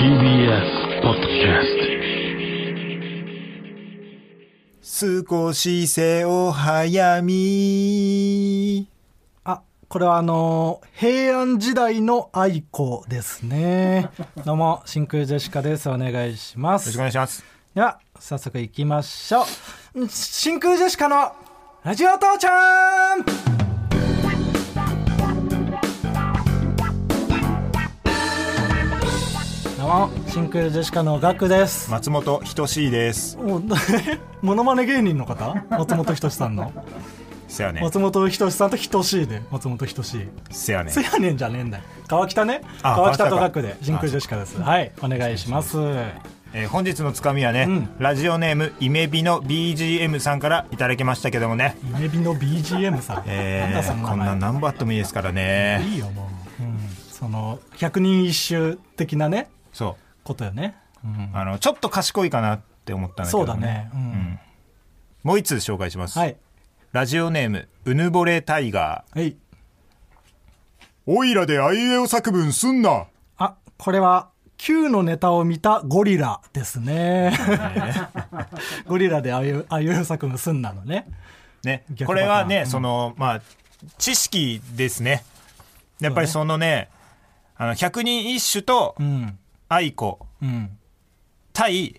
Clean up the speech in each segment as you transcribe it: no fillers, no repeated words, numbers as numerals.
TBS ポッドキャス少し背を早み。 あ、これは平安時代の愛子ですね。どうも真空ジェシカです。お願いします。 よろしくお願いします。 では早速いきましょう。真空ジェシカのラジオ父ちゃん。どうも真空ジェシカのガクです。 松本人志です。 モノマネ芸人の方、松本人志さんのせやねん。 松本人志さんと等しいで松本人志。 せやねん。 せやねんじゃねえんだよ。川北ね。 あ、 川北とガクで真空ジェシカです。はい、お願いします。 本日のつかみはね、ラジオネームイメビの BGM さんからいただきましたけどもね。 イメビの BGM さん、なんだそんなこんなん何バットもいいですからね。 いいよもう、その百人一首的なね、 そうことよね、 ちょっと賢いかなって思ったんだけど、ね、 そうだね、 もう一通紹介します、 はい、 ラジオネームうぬぼれタイガー。 はい。 おいらであいうえお作文すんな。 あ、これは Q のネタを見たゴリラですね。ゴリラであいうえお作文すんなのね。 これはね、知識ですね。やっぱりそのね、百人一首と愛子、対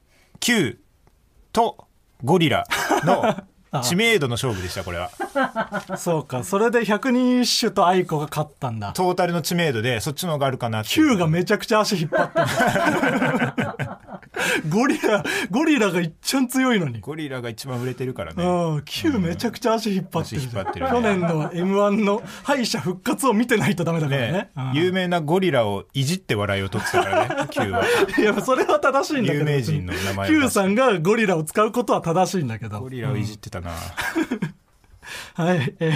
Q とゴリラの知名度の勝負でした。これはそうか、それで百人一首と愛子が勝ったんだ。 トータルの知名度でそっちの方があるかなって。 Q がめちゃくちゃ足引っ張ってる。ゴリラが一番強いのに。 ゴリラが一番売れてるからね。 Q めちゃくちゃ足引っ張ってるじゃん。 足引っ張ってるね。 去年の M1 の敗者復活を見てないとダメだからね。 有名なゴリラをいじって笑いを取ってたからね。Q は。 いや、それは正しいんだけど。 有名人の名前。 Q さんがゴリラを使うことは正しいんだけど。 ゴリラをいじってたな。 はい、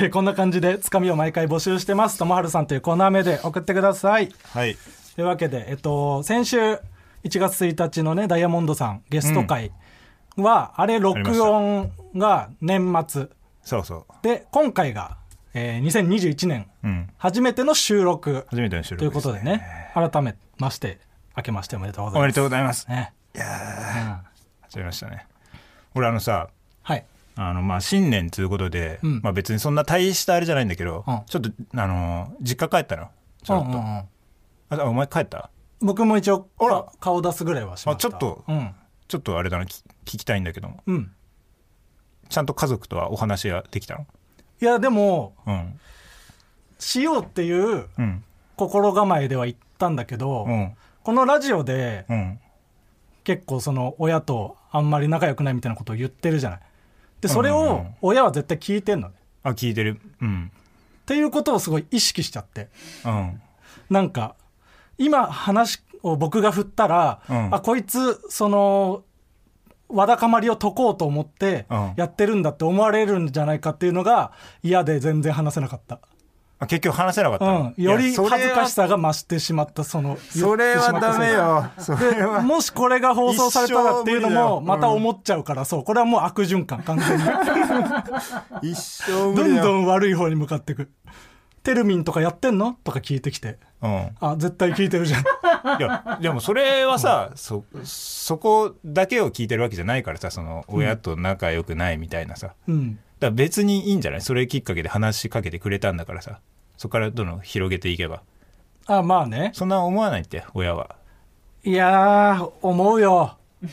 こんな感じでつかみを毎回募集してます。ともはるさんというコーナー名で送ってください。 はい。 というわけで、先週1月1日のね、ダイヤモンドさんゲスト会は、あれ録音が年末。 そうそう。 で、今回が、2021年、初めての収録。 初めての収録ということでね、改めまして、明けましておめでとうございます。 おめでとうございます。 ね、 いやー、始めましたね。俺さ、 はい。 新年ということで、別にそんな大したあれじゃないんだけど、ちょっと実家帰ったのちょっと、お前帰った？ 僕も一応顔出すぐらいはしました。 ちょっとあれだな、聞きたいんだけども、ちゃんと家族とはお話ができたの？ いやでも、しようっていう心構えでは言ったんだけど、このラジオで、結構その親とあんまり仲良くないみたいなことを言ってるじゃない。でそれを親は絶対聞いてんのね。 あ、聞いてる。 っていうことをすごい意識しちゃって、なんか今話を僕が振ったら、こいつそのわだかまりを解こうと思ってやってるんだって思われるんじゃないかっていうのが嫌で全然話せなかった。 結局話せなかったの？ より恥ずかしさが増してしまった。それはダメよ。 でもしこれが放送されたらっていうのもまた思っちゃうから、そう、これはもう悪循環、完全に。 一生無理だよ。 どんどん悪い方に向かっていく。テルミンとかやってんのとか聞いてきて、絶対聞いてるじゃん。 いやでもそれはさ、そこだけを聞いてるわけじゃないからさ、その親と仲良くないみたいなさ、だから別にいいんじゃない？それきっかけで話しかけてくれたんだからさ、そこからどんどん広げていけば。 まあね。 そんな思わないって親は。 いやー、思うよ。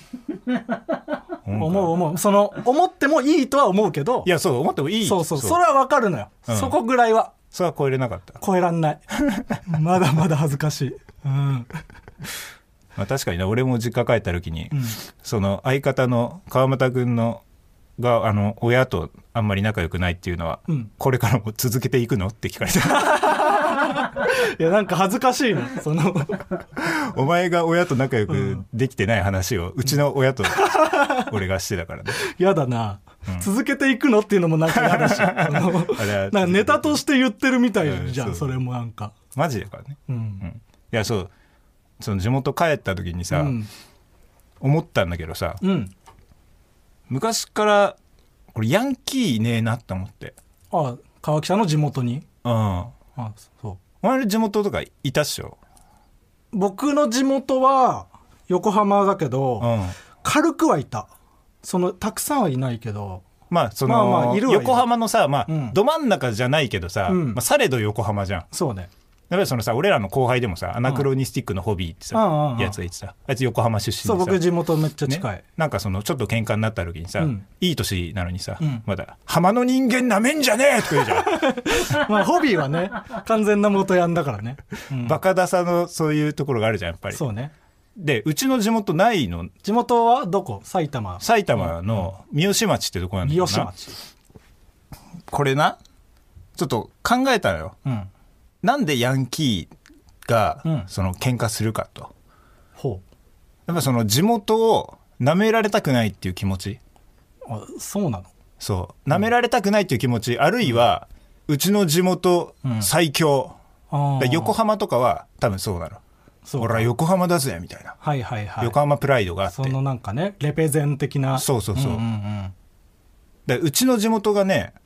思う。その思ってもいいとは思うけど。 いや、そう思ってもいい。そうそれはわかるのよ、そこぐらいは。 それは超えれなかった。 超えらんない。まだまだ恥ずかしい。 確かにね、俺も実家帰った時に、その相方の川又君のが親とあんまり仲良くないっていうのは、これからも続けていくのって聞かれた。 いや、なんか恥ずかしいの、そのお前が親と仲良くできてない話を、うちの親と俺がしてたからね。 やだな、続けていくのっていうのもなんか嫌だし、なんかネタとして言ってるみたいじゃん、それもなんかマジだからね。いや、その地元帰った時にさ、思ったんだけどさ、昔からこれヤンキーいねえなって思って。 川北の地元に。 そう。お前の地元とかいたっしょ？ 僕の地元は横浜だけど、軽くはいた。たくさんはいないけど、 まあいる横浜のさ、ど真ん中じゃないけどさ、されど横浜じゃん。 そうね。 だからさ、俺らの後輩でもさ、アナクロニスティックのホビーってさ、やつがいてさ、あいつ横浜出身でさ、 そう、僕地元めっちゃ近い。 なんかちょっと喧嘩になった時にさ、いい年なのにさ、まだ浜の人間なめんじゃねえとか言うじゃん。 まあホビーはね、完全な元ヤンだからね。 バカダサのそういうところがあるじゃん、やっぱり。 そうね。 で、うちの地元ないの。 地元はどこ？埼玉の三芳町ってとこなんだけどな。 三芳町。これな、ちょっと考えたのよ。なんでヤンキーが喧嘩するかと。やっぱ地元を舐められたくないっていう気持ち。 あ、そうなの？ そう。舐められたくないっていう気持ち、あるいは、うちの地元最強。横浜とかは多分そうなの。俺は横浜だぜみたいな、横浜プライドがあって、 なんかね、レペゼン的な。 そう、でうちの地元がね、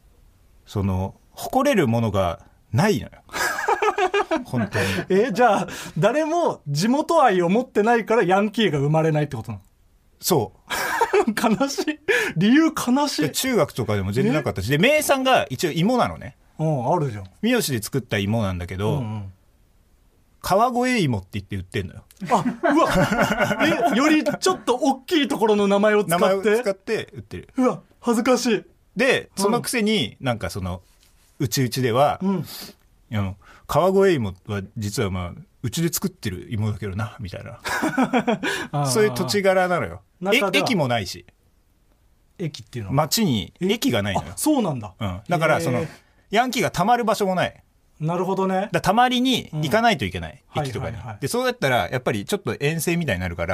誇れるものがないのよ。本当に。じゃあ誰も地元愛を持ってないからヤンキーが生まれないってことなの？ そう悲しい。理由悲しい。 中学とかでも全然なかったし、で名産が一応芋なのね。 あるじゃん。 三好で作った芋なんだけど、川越芋って言って売ってんのよ。 うわよりちょっと大きいところの名前を使って売ってる。 うわ恥ずかしい。 でそのくせになんかうちでは、川越芋は実はうちで作ってる芋だけどなみたいなそういう土地柄なのよ。駅もないし。 駅っていうのは町に駅がないのよ。 そうなんだ。 だからヤンキーがたまる場所もない。 なるほどね。 たまりに行かないといけない、駅とかに。でそうやったらやっぱりちょっと遠征みたいになるから、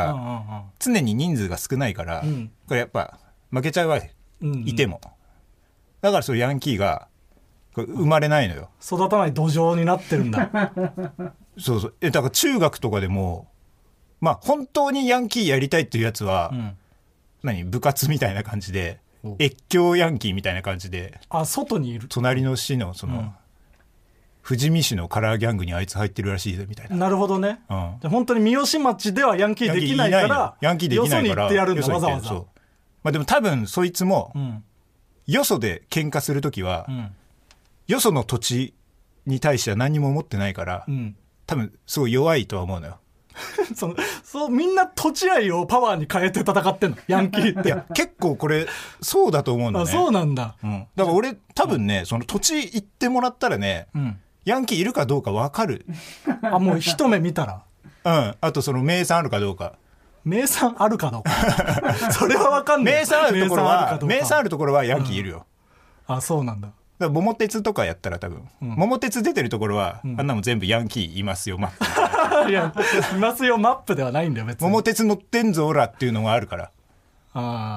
常に人数が少ないから、これやっぱ負けちゃうわけ、いても。だからヤンキーが生まれないのよ。 育たない土壌になってるんだ。 そうだから中学とかでも本当にヤンキーやりたいっていうやつは、部活みたいな感じで越境ヤンキーみたいな感じで、 外にいる隣の市の富士見市のカラーギャングにあいつ入ってるらしいぜみたいな。 なるほどね。本当に三好町ではヤンキーできないからヤンキーできないからよそに行ってやるんだ、わざわざ。 でも多分そいつも、よそで喧嘩するときは、よその土地に対しては何も思ってないから、多分すごい弱いとは思うのよ。 みんな土地愛をパワーに変えて戦ってんのヤンキーって。 いや結構これそうだと思うんだね。 そうなんだ。 だから俺多分ね、土地行ってもらったらね、ヤンキーいるかどうか分かる。 もう一目見たら。 あと名産あるかどうか。 名産あるかどうか。それは分かんない。 名産あるところはヤンキーいるよ。 そうなんだ。 桃鉄とかやったら多分、桃鉄出てるところは、あんなもん全部ヤンキーいますよマップ。 いやいますよマップではないんだよ別に。 桃鉄乗ってんぞオラっていうのがあるから。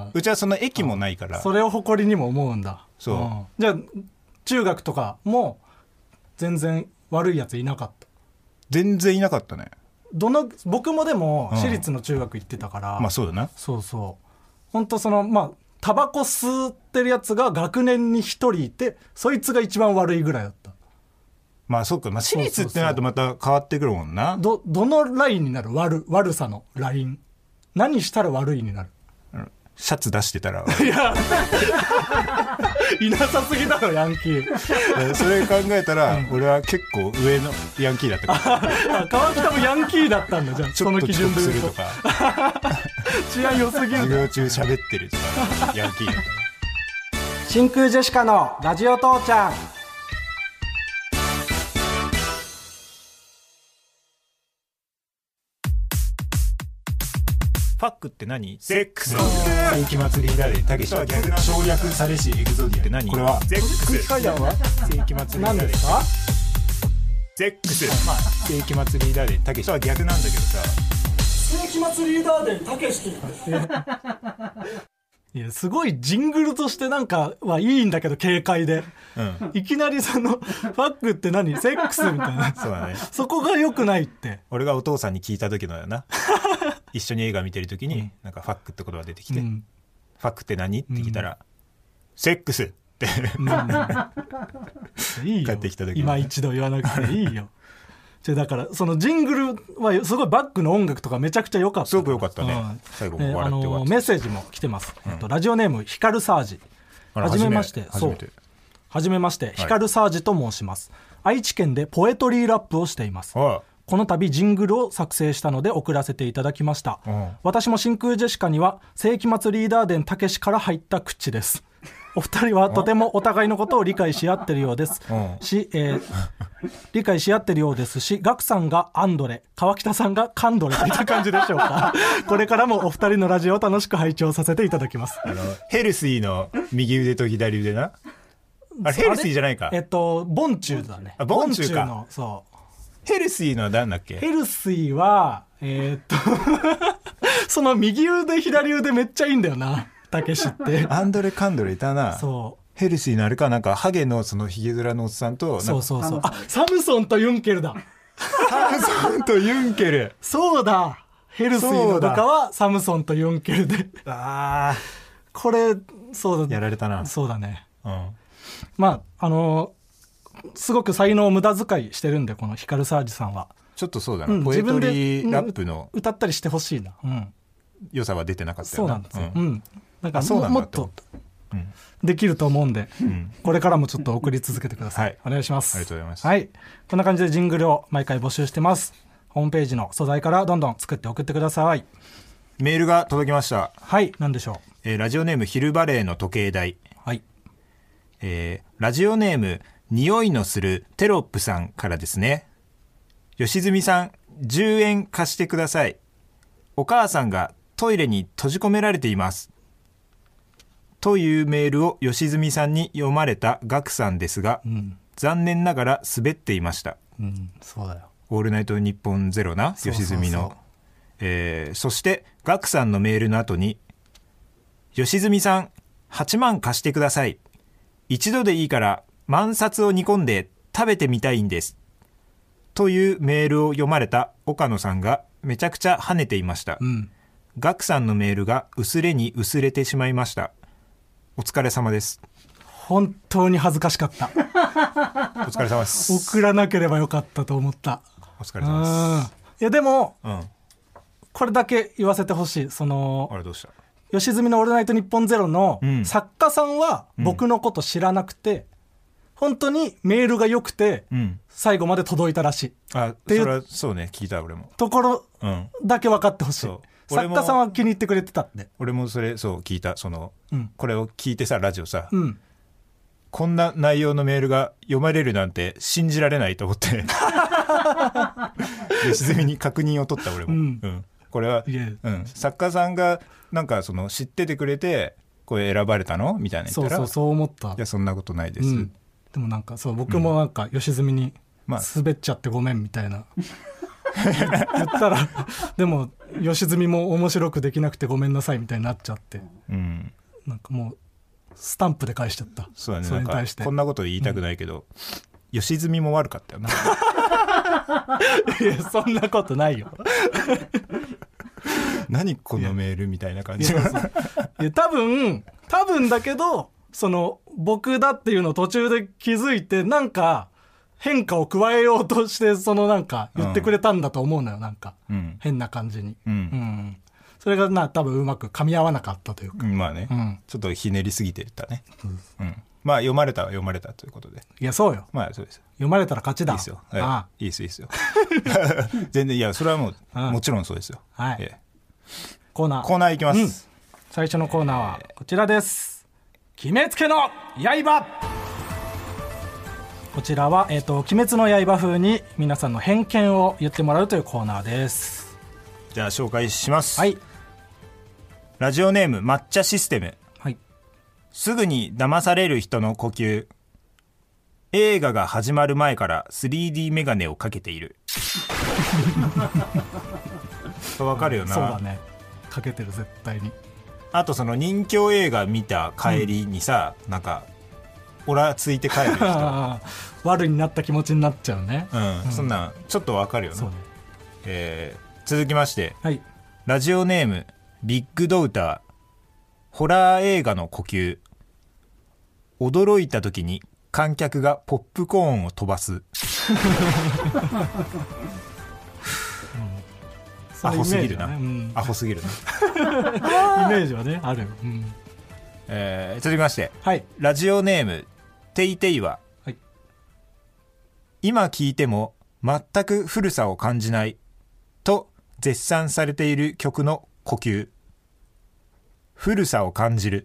うちはその駅もないから。 それを誇りにも思うんだ。 そう。 じゃあ中学とかも全然悪いやついなかった？ 全然いなかったね。 僕もでも私立の中学行ってたから、 そうだな。 そう本当タバコ吸ってるやつが学年に一人いて、そいつが一番悪いぐらいだった。 そうか。私立ってなるとまた変わってくるもんな。 どのラインになる？悪さのライン。何したら悪いになる？ シャツ出してたら。 いやいなさすぎだろヤンキー。 それ考えたら、俺は結構上のヤンキーだったから。 川北もヤンキーだったんだ。じゃあその基準で言うと。治安良すぎる。 授業中喋ってるヤンキー。 真空ジェシカのラジオ父ちゃん。 ファックって何？セックス。世紀末リーダーでたけしは逆な省略されしエグゾディって何？これはセックス。 空気階段は世紀末リーダーで。 何ですか？ セックス。世紀末リーダーでたけしは逆なんだけどさ。 世紀末リーダーでたけし。いやすごいジングルとしてなんかはいいんだけど軽快で、いきなりファックって何？セックスみたいな。 そうだね。 そこが良くないって。 俺がお父さんに聞いた時のよな。一緒に映画見てる時に、なんかファックって言葉が出てきて、ファックって何って聞いたら、セックスっていいよ。 帰ってきた時今一度言わなくていいよ。 だからそのジングルはすごいバックの音楽とかめちゃくちゃ良かった。 すごく良かったね、最後も笑って終わった。 メッセージも来てます、ラジオネームヒカルサージ。はじめまして。はじめまして、ヒカルサージと申します。愛知県でポエトリーラップをしています。この度ジングルを作成したので送らせていただきました。私も真空ジェシカには世紀末リーダー伝たけしから入った口です。お二人はとてもお互いのことを理解し合ってるようですし、理解し合ってるようですし、ガクさんがアンドレ、川北さんがカンドレといった感じでしょうか。これからもお二人のラジオを楽しく拝聴させていただきます。 ヘルシーの右腕と左腕な。あれヘルシーじゃないか。 ボンチューだね。 ボンチューか。 のそう。 ヘルシーのなんだっけ。 ヘルシーはその右腕左腕めっちゃいいんだよな。たけしってアンドレカンドレいたな。 そうヘルシーのあれか、なんかハゲのそのヒゲ面のおっさんと、 そうそうそう、あ、サムソンとユンケルだ。 サムソンとユンケル、 そうだ、ヘルシーの部下はサムソンとユンケルで、 ああこれそうだ、 やられたな。 そうだね、 うん、 まあすごく才能を無駄遣いしてるんで、このヒカルサージさんはちょっとそうだな、ポエトリーラップの歌ったりしてほしいな、 良さは出てなかったよな。 そうなんですよ、なんかもっとできると思うんで、これからもちょっと送り続けてください、お願いします。 ありがとうございます。 はい、こんな感じでジングルを毎回募集してます。ホームページの素材からどんどん作って送ってください。 メールが届きました。 はい、何でしょう。ラジオネームヒルバレーの時計台。 はい。 ラジオネーム匂いのするテロップさんからですね。吉住さん、10円貸してください。お母さんがトイレに閉じ込められています。というメールを吉住さんに読まれたガクさんですが、残念ながら滑っていました。 そうだよ。 オールナイトニッポンゼロな吉住の。そしてガクさんのメールの後に、吉住さん8万貸してください。一度でいいから万札を煮込んで食べてみたいんです。というメールを読まれた岡野さんがめちゃくちゃ跳ねていました。ガクさんのメールが薄れに薄れてしまいました。お疲れ様です。 本当に恥ずかしかった。お疲れ様です。 送らなければよかったと思った。 お疲れ様です。 いやでも、これだけ言わせてほしい。 あれどうした？ 吉住のオールナイトニッポンゼロの作家さんは僕のこと知らなくて、本当にメールが良くて、最後まで届いたらしい。 それはそうね、聞いた俺も。 ところだけ分かってほしい。作家さんは気に入ってくれてたって。 俺もそれそう聞いた。これを聞いてさ、ラジオさ、こんな内容のメールが読まれるなんて信じられないと思って吉住に確認を取った俺も、これは、作家さんがなんか知っててくれてこれ選ばれたのみたいな言ったら、 そう思った。 いやそんなことないです、 でもなんかそう、僕もなんか吉住に滑っちゃってごめんみたいな、言ったらでも吉住も面白くできなくてごめんなさいみたいになっちゃって、なんかもうスタンプで返しちゃった。 そうだね、 それに対して。 こんなこと言いたくないけど、吉住も悪かったよな。 いやそんなことないよ。 何このメールみたいな感じ。 いや多分だけど、僕だっていうのを途中で気づいて、なんか変化を加えようとして、なんか言ってくれたんだと思うのよ。なんか、変な感じに、それが多分うまく噛み合わなかったというか、 まあね、ちょっとひねりすぎてたね、まあ読まれたは読まれたということで。 いやそうよ、 まあそうです。 読まれたら勝ちだ。 いいですよ、いいですよ全然、いやそれはもう、もちろんそうですよ。コーナーいきます、 最初のコーナーはこちらです。決めつけの刃。こちらは、鬼滅の刃風に皆さんの偏見を言ってもらうというコーナーです。 じゃあ紹介します。 はい。 ラジオネーム抹茶システム。 はい。 すぐに騙される人の呼吸。映画が始まる前から 3D メガネをかけている。わかるよな。 そうだね、かけてる絶対に。 あと人気映画見た帰りにさ、なんかオラついて帰る人悪になった気持ちになっちゃうね。 そんなんちょっとわかるよね。 そうね。続きまして、 はい、 ラジオネームビッグドウター。ホラー映画の呼吸。驚いた時に観客がポップコーンを飛ばす。アホすぎるな、アホすぎるな。 イメージはねある。 続きまして、 はい、 ラジオネームテイテイは、はい、今聞いても全く古さを感じないと絶賛されている曲の呼吸。古さを感じる。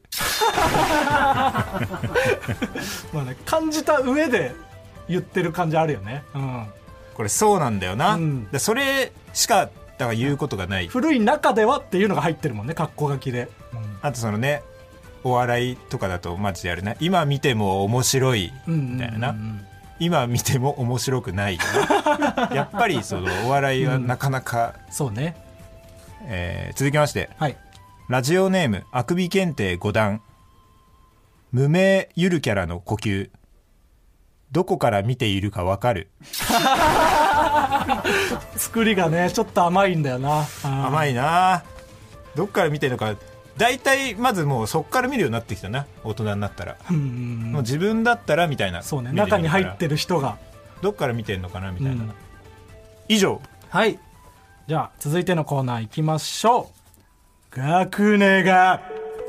まあね、感じた上で言ってる感じあるよね、 これそうなんだよな、でそれしかだから言うことがない。 古い中ではっていうのが入ってるもんね、格好書きで、 あとそのね、お笑いとかだとマジでやるな、今見ても面白いみたいな、今見ても面白くないやっぱりそのお笑いはなかなか、 そうね。 続きまして、 はい、 ラジオネームあくび検定5段、無名ゆるキャラの呼吸。どこから見ているかわかる。 作りがねちょっと甘いんだよな。 甘いな。どっから見てるのか大体まずもうそっから見るようになってきたな、大人になったら。もう自分だったらみたいな。 そうね、中に入ってる人がどっから見てるのかなみたいな、以上。 はい、じゃあ続いてのコーナー行きましょう。学ネガ。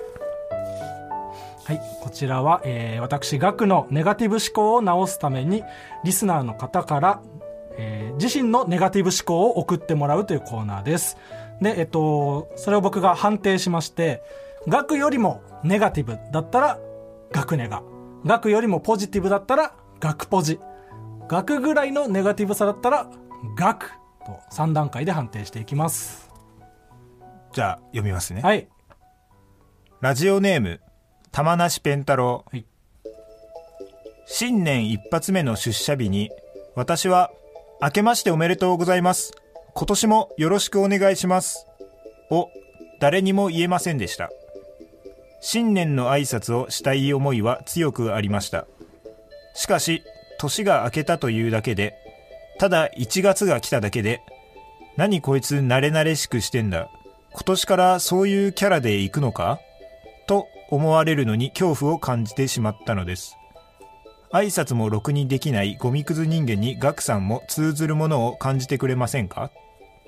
はい、こちらは、私学のネガティブ思考を直すためにリスナーの方から、自身のネガティブ思考を送ってもらうというコーナーです。で、それを僕が判定しまして、学よりもネガティブだったら学ネガ、学よりもポジティブだったら学ポジ、学ぐらいのネガティブさだったら学と3段階で判定していきます。 じゃあ読みますね。 はい。 ラジオネーム玉梨ペンタロウ、はい、新年一発目の出社日に私は明けましておめでとうございます、今年もよろしくお願いしますを誰にも言えませんでした。新年の挨拶をしたい思いは強くありました。しかし年が明けたというだけで、ただ1月が来ただけで、何こいつ慣れ慣れしくしてんだ、今年からそういうキャラで行くのかと思われるのに恐怖を感じてしまったのです。挨拶もろくにできないゴミくず人間にガクさんも通ずるものを感じてくれませんか。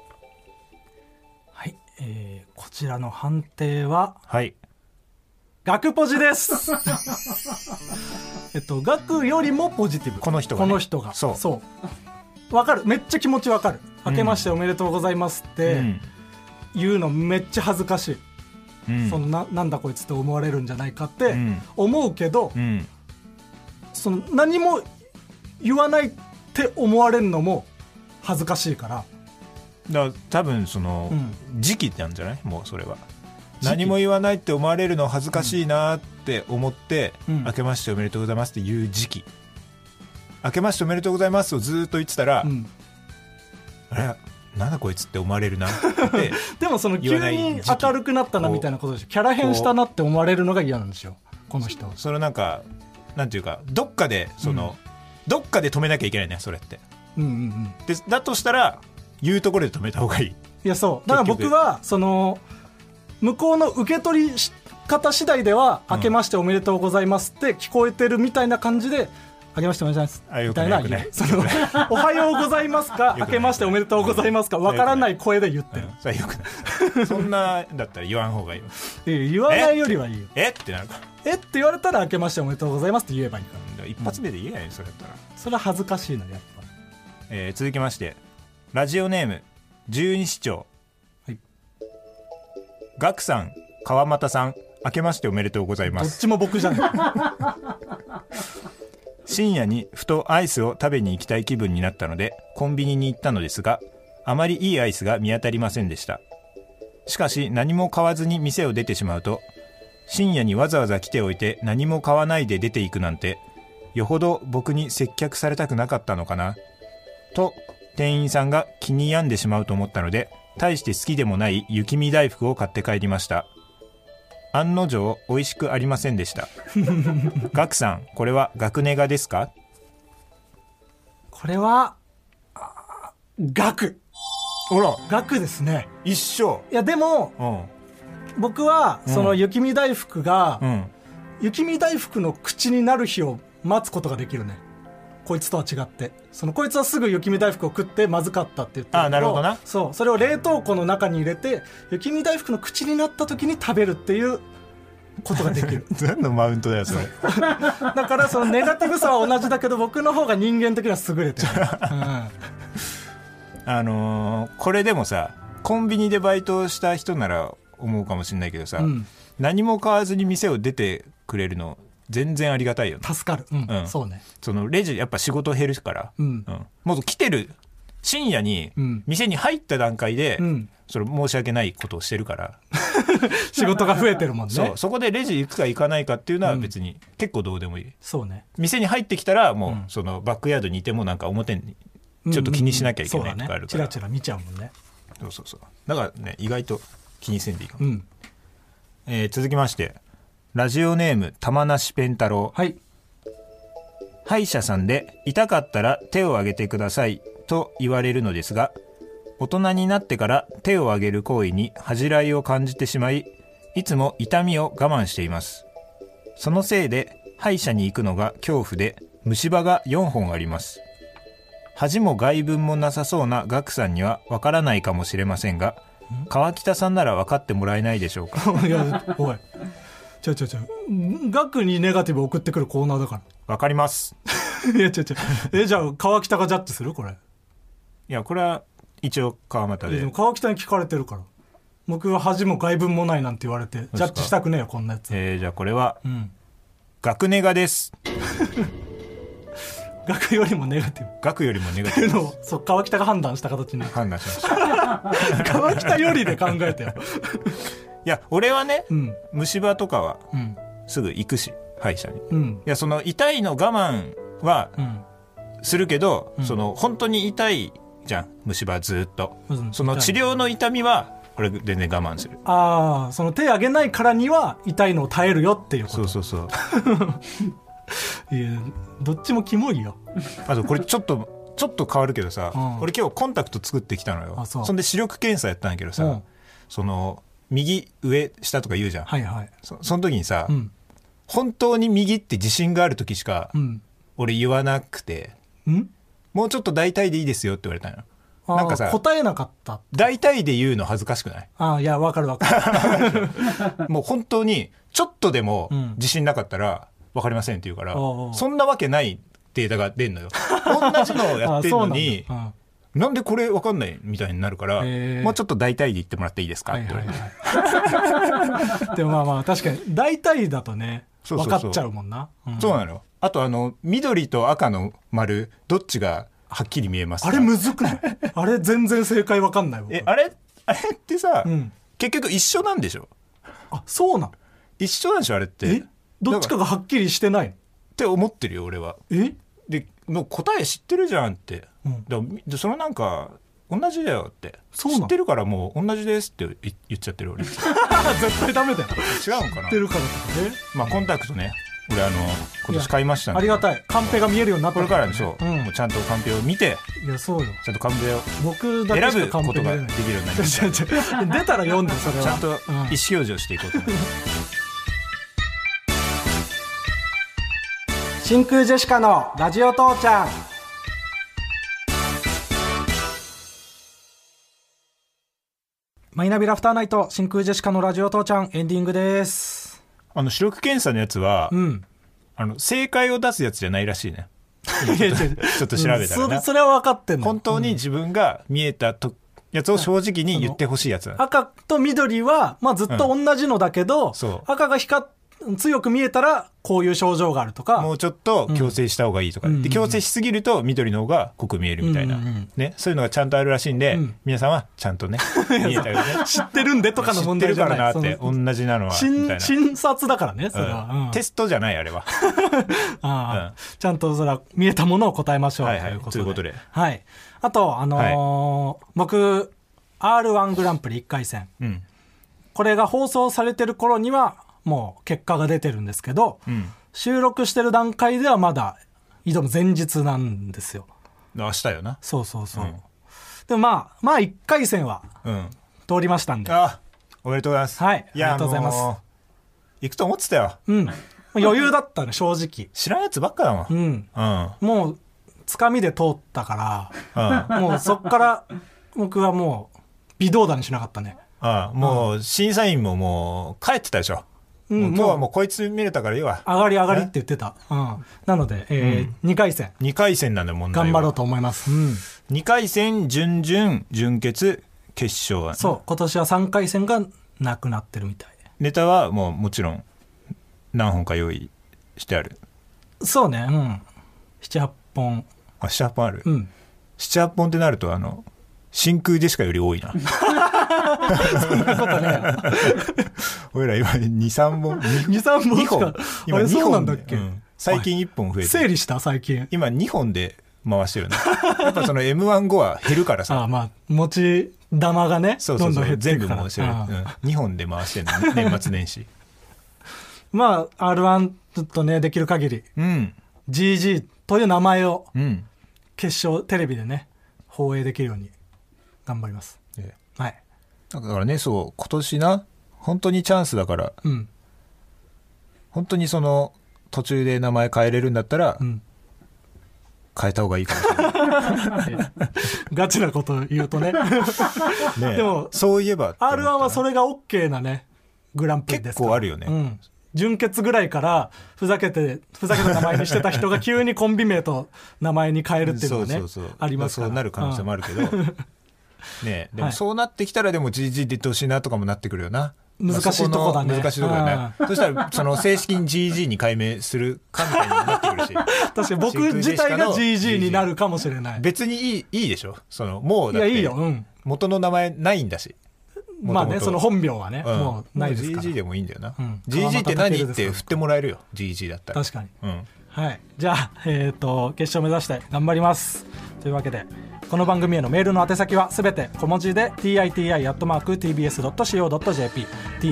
はい、こちらの判定は、 はい、 学ポジです。学よりもポジティブ。 この人が、ね、 この人がそうわかる、めっちゃ気持ちわかる。明けましておめでとうございますって言うのめっちゃ恥ずかしい。そのなんだこいつって思われるんじゃないかって思うけど、その何も言わないって思われるのも恥ずかしいから。 だから多分その、時期なんじゃない。もうそれは何も言わないって思われるの恥ずかしいなって思って、明けましておめでとうございますっていう時期、明けましておめでとうございますをずっと言ってたら、あれなんだこいつって思われるなってでもその急に明るくなったなみたいなことでしょ。キャラ変したなって思われるのが嫌なんですよ、この人。 そのなんかなんていうか、どっかでその、どっかで止めなきゃいけないね、それって。でだとしたら言うところで止めた方がいい。いや、そうだから僕はその向こうの受け取り方次第では、明けましておめでとうございますって聞こえてるみたいな感じで、明けましておめでとうございますみたいな、おはようございますか明けましておめでとうございますか分からない声で言ってる。 それよくない。そんなだったら言わん方がいい。 言わないよりはいいよ。 ってなるから。 って言われたら明けましておめでとうございますって言えばいいから。 一発目で言えないよ、それだったら。 それは恥ずかしいのやっぱ。 続きましてラジオネーム十二指腸、はい、ガクさん、川又さん、明けましておめでとうございます。 どっちも僕じゃない。 深夜にふとアイスを食べに行きたい気分になったのでコンビニに行ったのですが、あまりいいアイスが見当たりませんでした。しかし何も買わずに店を出てしまうと、深夜にわざわざ来ておいて何も買わないで出ていくなんて、よほど僕に接客されたくなかったのかなと店員さんが気に病んでしまうと思ったので、大して好きでもない雪見大福を買って帰りました。案の定美味しくありませんでした。ガクさん、これは学ネガですか。 これは学。 ほら、 学ですね。 一緒。 いやでも、僕はその雪見大福が、雪見大福の口になる日を待つことができるね。こいつとは違って、こいつはすぐ雪見大福を食ってまずかったって言ってるけど、 なるほどな。 そう、それを冷凍庫の中に入れて雪見大福の口になった時に食べるっていうことができる。 何のマウントだよそれ。 だからそのネガティブさは同じだけど僕の方が人間的には優れてる、 これでもさ、コンビニでバイトした人なら思うかもしれないけどさ、何も買わずに店を出てくれるの全然ありがたいよね。 助かる、そうね。 そのレジやっぱ仕事減るから、もう来てる深夜に店に入った段階で、それ申し訳ないことをしてるから仕事が増えてるもんね。 そこでレジ行くか行かないかっていうのは別に結構どうでもいい。 そうね。 店に入ってきたらもうそのバックヤードにいてもなんか表にちょっと気にしなきゃいけないとかあるから、 チラチラ見ちゃうもんね。 そうだからね、意外と気にせんでいいかも。続きまして、ラジオネーム玉梨ペンタロウ。歯医者さんで痛かったら手を挙げてくださいと言われるのですが、大人になってから手を挙げる行為に恥じらいを感じてしまい、いつも痛みを我慢しています。そのせいで歯医者に行くのが恐怖で、虫歯が4本あります。恥も外聞もなさそうなガクさんにはわからないかもしれませんが、川北さんなら分かってもらえないでしょうか。 いや、おい、ガクにネガティブ送ってくるコーナーだから。 分かります。 いや、じゃあ川北がジャッジするこれ。 いや、これは一応川又で。 でも川北に聞かれてるから、僕は恥も外聞もないなんて言われてジャッジしたくねえよこんなやつ。 じゃあこれは、ガクネガです。 学よりもネガティブ。 学よりもネガティブのそう、川北が判断した形に判断しました。 川北よりで考えてよ。 いや俺はね、虫歯とかはすぐ行くし、歯医者に、いやその痛いの我慢はするけど、その本当に痛いじゃん虫歯ずっと、その治療の痛みは俺全然我慢する。 その手上げないからには痛いのを耐えるよっていうこと。 そういやどっちもキモいよ。 あとこれちょっと変わるけどさ、俺今日コンタクト作ってきたのよ。そんで視力検査やったんだけどさ、その右上下とか言うじゃん、その時にさ、本当に右って自信がある時しか、俺言わなくて、もうちょっと大体でいいですよって言われたのよ。なんかさ、 答えなかった。 大体で言うの恥ずかしくない？ いや分かるもう本当にちょっとでも自信なかったら分かりませんって言うから、そんなわけないデータが出んのよ。同じのをやってんのになんでこれ分かんないみたいになるから、もうちょっと大体で言ってもらっていいですかって言われて。 でもまあ確かに大体だとね分かっちゃうもんな。 そうなの。あと緑と赤の丸どっちがはっきり見えますか？ あれむずくない？あれ全然正解分かんない。 あれってさ、結局一緒なんでしょ？ そうなん？ 一緒なんでしょあれって。 どっちかがはっきりしてないって思ってるよ俺は。でもう答え知ってるじゃんって、そのなんか同じだよって知ってるからもう同じですって言っちゃってる俺。絶対ダメだよ。 違うのかな。 知ってるからね。 まあコンタクトね、俺今年買いましたんで。 ありがたい。カンペが見えるようになった。 これからでしょう、もうちゃんとカンペを見て、 いやそうよ、 ちゃんとカンペを僕だけしかカンペ選ぶことができるようになりました。 出たら読んで、それはちゃんと意思表示をしていこうと思います。 真空ジェシカのラジオ父ちゃん。マイナビラフターナイト、真空ジェシカのラジオ父ちゃん、エンディングです。 視力検査のやつは、正解を出すやつじゃないらしいね。ちょっと調べたらな、 それは分かってんの。 本当に自分が見えたやつを正直に言ってほしいやつ。 赤と緑は、ずっと同じのだけど、赤が強く見えたらこういう症状があるとか、 もうちょっと矯正した方がいいとか、で矯正しすぎると緑の方が濃く見えるみたいな、ね、そういうのがちゃんとあるらしいんで、皆さんはちゃんとね見えたよね。知ってるんでとかの問題じゃない。 知ってるからなって、同じなのはみたいな。 診察だからね、それは、 テストじゃないあれは。 ちゃんとそれは見えたものを答えましょうということで。はい。あと僕 R1 グランプリ1回戦、これが放送されてる頃にはもう結果が出てるんですけど、収録してる段階ではまだ挑む前日なんですよ。 明日よな。 そう、でもまあ1回戦は通りましたんで、 おめでとうございます。 はい、ありがとうございます。 行くと思ってたよ。 余裕だったね正直。 知らんやつばっかだもん。 もうつかみで通ったから、もうそっから僕はもう微動だにしなかったね。 もう審査員ももう帰ってたでしょ。今日はもうこいつ見れたからいいわ。 上がりって言ってた。なので、2回戦。 2回戦なんだ問題は。 頑張ろうと思います。 2回戦、準々、準決、決勝は、ね。 そう、今年は3回戦がなくなってるみたい。 ネタはもちろん何本か用意してある。 そうね、7、8本。 7、8本ある。7、8本ってなると真空ジェシカより多いな。 そんなことね。 俺ら今2、3本。 2、3本しか。 今2 本なんだっけ、 最近1本増えて。 整理した最近。 今2本で回してるね。やっぱその M1 後は減るからさ。 持ち玉がね、どんどん減っていくから。 全部回してる。2本で回してるの、年末年始。 R1 ちょっとね、できる限り。GG という名前を、決勝テレビでね、放映できるように頑張ります。はい。 だからね、今年な、本当にチャンスだから、本当にその途中で名前変えれるんだったら、変えた方がいいかもしれない。 ガチなこと言うとね。でもそういえば R1 はそれが OK なねグランプリですから。 結構あるよね。 準決ぐらいからふざけた名前にしてた人が急にコンビ名と名前に変えるっていうのがねありますから。 そうなる可能性もあるけど。ね、でもそうなってきたらでも GG 出てほしいなとかもなってくるよな。 難しいとこだね。 難しいとこだね。そしたらその正式に GG に改名するかみたいになってくるし。 確かに僕自体が GG になるかもしれない。 別にいいでしょ。もうだって元の名前ないんだし。 まあね、その本名はね、もうないですから。 GG でもいいんだよな。GG って何って振ってもらえるよ。GG だったら。 確かに。はい。じゃあ決勝目指して頑張ります。というわけで。この番組へのメールの宛先はすべて小文字で titi@tbs.co.jp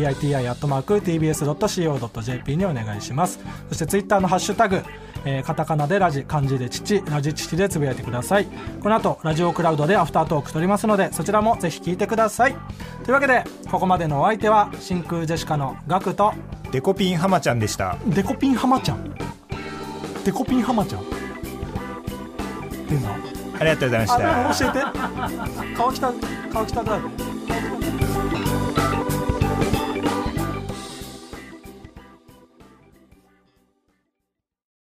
titi@tbs.co.jp にお願いします。そしてツイッターのハッシュタグ、カタカナでラジ、漢字で父、ラジ父でつぶやいてください。この後ラジオクラウドでアフタートーク撮りますので、そちらもぜひ聞いてください。というわけでここまでのお相手は真空ジェシカのガクとデコピンハマちゃんでした。 デコピンハマちゃんっていうのありがとうございました。 教えて。川北だよ。